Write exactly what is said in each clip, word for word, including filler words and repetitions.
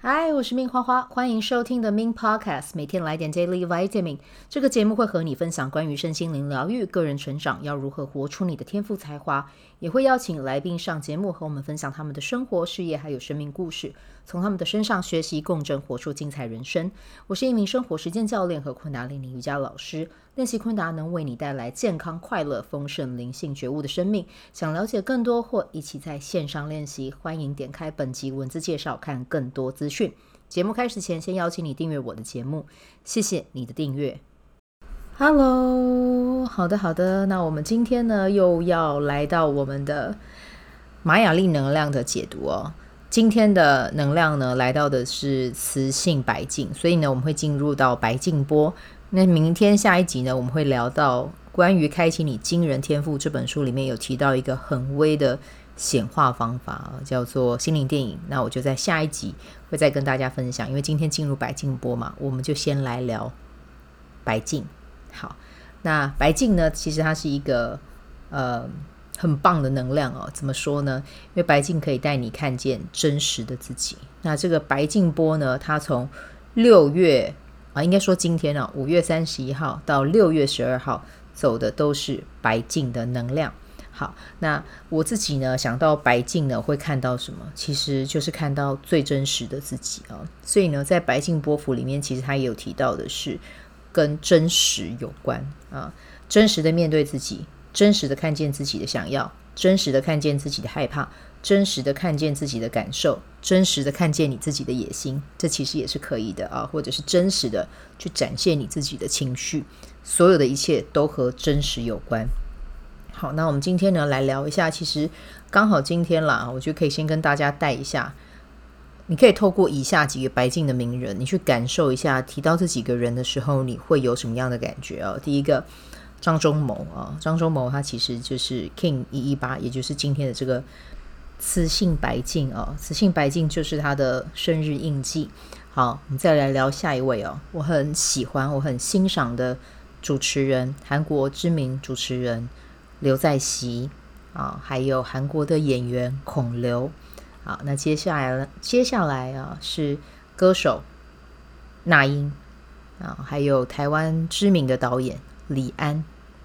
嗨，我是命花花，欢迎收听的 Min Podcast， 每天来点 Daily Vitamin。这个节目会和你分享关于身心灵疗愈、个人成长，要如何活出你的天赋才华，也会邀请来宾上节目和我们分享他们的生活、事业还有生命故事，从他们的身上学习共振，活出精彩人生。我是一名生活实践教练和昆达里尼瑜伽老师，练习昆达能为你带来健康、快乐、丰盛、灵性觉悟的生命。想了解更多或一起在线上练习，欢迎点开本集文字介绍看更多资讯。节目开始前，先邀请你订阅我的节目，谢谢你的订阅。Hello， 好的好的，那我们今天呢又要来到我们的玛雅历能量的解读哦。今天的能量呢来到的是磁性白镜，所以呢我们会进入到白镜波。那明天下一集呢我们会聊到关于开启你惊人天赋这本书里面有提到一个很微的显化方法，叫做心灵电影。那我就在下一集会再跟大家分享，因为今天进入白镜波嘛，我们就先来聊白镜。好，那白镜呢其实它是一个呃很棒的能量哦。怎么说呢？因为白镜可以带你看见真实的自己。那这个白镜波呢，它从六月啊，应该说今天啊，五月三十一号到六月十二号走的都是白镜的能量。好，那我自己呢想到白镜呢会看到什么？其实就是看到最真实的自己啊。所以呢在白镜波符里面其实它也有提到的是跟真实有关啊，真实的面对自己，真实的看见自己的想要，真实的看见自己的害怕，真实的看见自己的感受，真实的看见你自己的野心，这其实也是可以的啊。或者是真实的去展现你自己的情绪，所有的一切都和真实有关。好，那我们今天呢来聊一下，其实刚好今天啦，我觉得可以先跟大家带一下，你可以透过以下几个白镜的名人，你去感受一下，提到这几个人的时候你会有什么样的感觉啊？第一个张忠谋啊，张忠谋他其实就是 King 一一八，也就是今天的这个磁性白镜啊，磁性白镜就是他的生日印记。好，我们再来聊下一位哦，我很喜欢我很欣赏的主持人，韩国知名主持人刘在熙啊，还有韩国的演员孔刘。好，那接下来接下来啊是歌手那英啊，还有台湾知名的导演李安，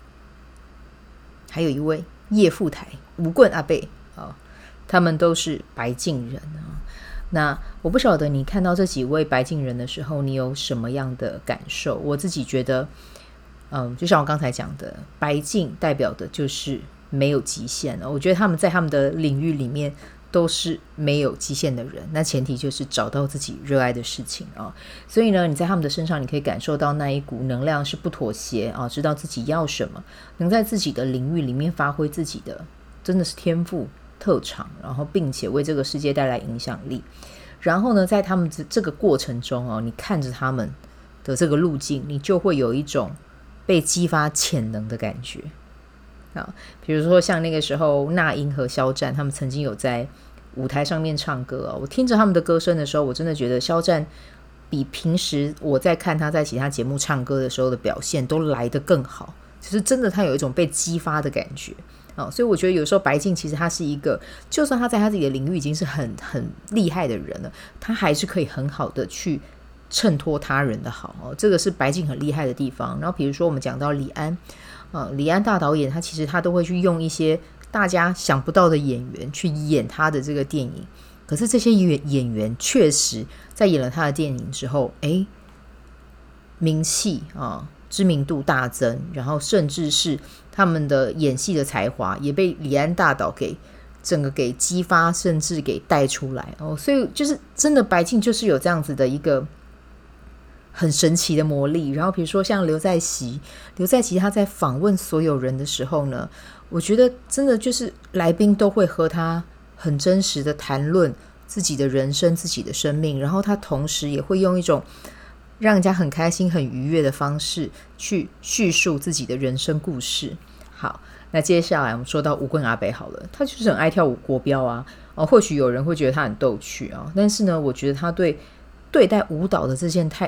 还有一位叶富台、吴棍阿伯啊，他们都是白镜人啊。那我不晓得你看到这几位白镜人的时候，你有什么样的感受？我自己觉得嗯，就像我刚才讲的，白镜代表的就是没有极限了。我觉得他们在他们的领域里面都是没有极限的人，那前提就是找到自己热爱的事情啊。所以呢，你在他们的身上，你可以感受到那一股能量是不妥协啊，知道自己要什么，能在自己的领域里面发挥自己的真的是天赋特长，然后并且为这个世界带来影响力。然后呢，在他们这个过程中哦，你看着他们的这个路径，你就会有一种被激发潜能的感觉啊。比如说像那个时候那英和肖战他们曾经有在舞台上面唱歌、哦、我听着他们的歌声的时候，我真的觉得肖战比平时我在看他在其他节目唱歌的时候的表现都来得更好，其实真的他有一种被激发的感觉、哦、所以我觉得有时候白镜其实他是一个，就算他在他自己的领域已经是很很厉害的人了，他还是可以很好的去衬托他人的好、哦、这个是白镜很厉害的地方。然后比如说我们讲到李安、呃、李安大导演，他其实他都会去用一些大家想不到的演员去演他的这个电影，可是这些演员确实在演了他的电影之后，诶，名气啊、知名度大增，然后甚至是他们的演戏的才华也被李安大导给整个给激发，甚至给带出来、哦、所以就是真的白镜就是有这样子的一个很神奇的魔力。然后比如说像刘在熙，刘在熙他在访问所有人的时候呢，我觉得真的就是来宾都会和他很真实的谈论自己的人生、自己的生命，然后他同时也会用一种让人家很开心、很愉悦的方式去叙述自己的人生故事。好，那接下来我们说到吴棍阿北好了，他就是很爱跳舞国标啊、哦、或许有人会觉得他很逗趣啊，但是呢，我觉得他对对待舞蹈的这件太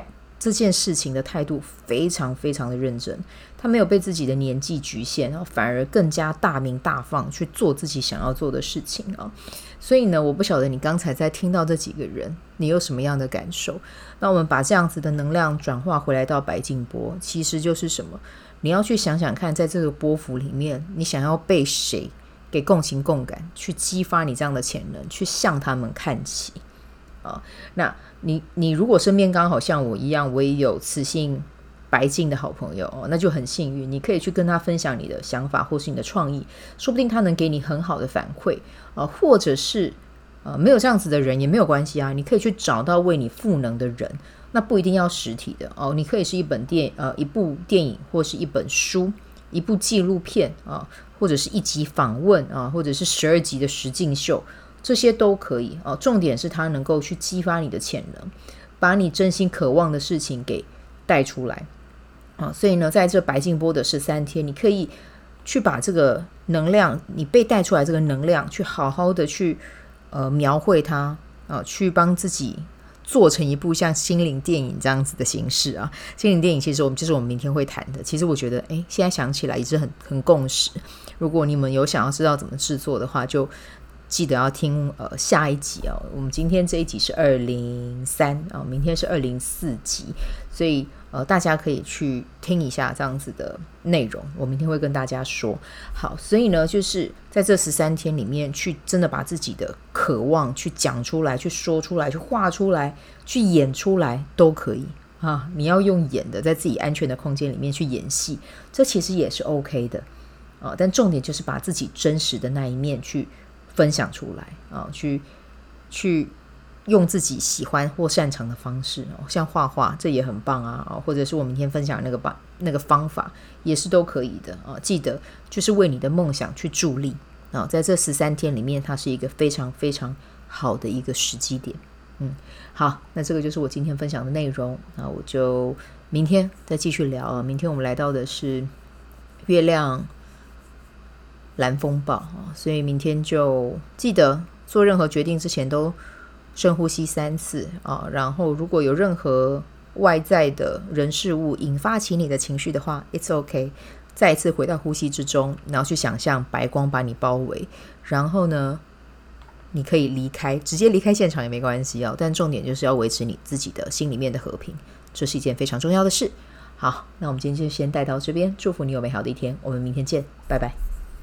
这件事情的态度非常非常的认真，他没有被自己的年纪局限，然后反而更加大鸣大放去做自己想要做的事情啊。所以呢，我不晓得你刚才在听到这几个人，你有什么样的感受？那我们把这样子的能量转化回来到白净波，其实就是什么？你要去想想看，在这个波幅里面，你想要被谁给共情共感，去激发你这样的潜能，去向他们看齐啊。那你你如果身边刚好像我一样，我也有雌性白净的好朋友、哦、那就很幸运，你可以去跟他分享你的想法或是你的创意，说不定他能给你很好的反馈、呃、或者是、呃、没有这样子的人也没有关系啊，你可以去找到为你赋能的人，那不一定要实体的哦，你可以是一本电呃一部电影，或是一本书，一部纪录片啊，或者是一集访问啊，或者是十二集的实境秀，这些都可以啊。重点是它能够去激发你的潜能，把你真心渴望的事情给带出来啊。所以呢，在这白净波的十三天，你可以去把这个能量，你被带出来这个能量，去好好的去呃描绘它啊，去帮自己做成一部像心灵电影这样子的形式啊。心灵电影其实我们就是我们明天会谈的，其实我觉得诶现在想起来也是很很共识，如果你们有想要知道怎么制作的话，就记得要听呃下一集哦。我们今天这一集是二零三啊，明天是二零四集，所以呃大家可以去听一下这样子的内容，我明天会跟大家说。好，所以呢，就是在这十三天里面，去真的把自己的渴望去讲出来，去说出来，去画出来，去演出来都可以啊。你要用演的，在自己安全的空间里面去演戏，这其实也是 OK 的啊。但重点就是把自己真实的那一面去分享出来啊，去去用自己喜欢或擅长的方式、哦、像画画，这也很棒啊、哦、或者是我明天分享那个吧那个方法也是都可以的啊。记得就是为你的梦想去助力啊，在这十三天里面，它是一个非常非常好的一个时机点。嗯，好，那这个就是我今天分享的内容，那我就明天再继续聊啊。明天我们来到的是月亮蓝风暴，所以明天就记得做任何决定之前都深呼吸三次啊。然后如果有任何外在的人事物引发起你的情绪的话 It's OK， 再一次回到呼吸之中，然后去想象白光把你包围，然后呢你可以离开，直接离开现场也没关系哦，但重点就是要维持你自己的心里面的和平，这是一件非常重要的事。好，那我们今天就先带到这边，祝福你有美好的一天，我们明天见，拜拜。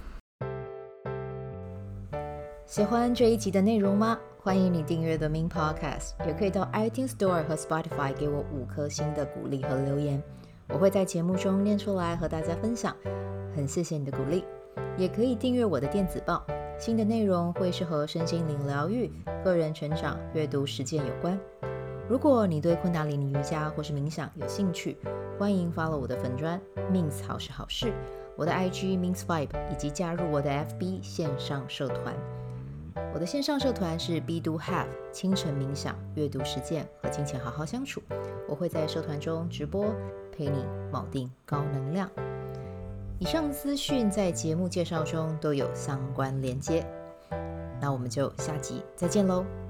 喜欢这一集的内容吗？欢迎你订阅 The Min Podcast， 也可以到 iTunes Store 和 Spotify 给我五颗星的鼓励和留言，我会在节目中念出来和大家分享，很谢谢你的鼓励。也可以订阅我的电子报，新的内容会是和身心灵疗愈、个人成长、阅读实践有关。如果你对昆达里尼瑜伽或是冥想有兴趣，欢迎 follow 我的粉专 Mins 好事好事，我的 I G Mins Vibe， 以及加入我的 F B 线上社团。我的线上社团是 Be Do Have 清晨冥想、阅读实践和金钱好好相处，我会在社团中直播，陪你锚定高能量。以上资讯在节目介绍中都有相关连接，那我们就下集再见喽。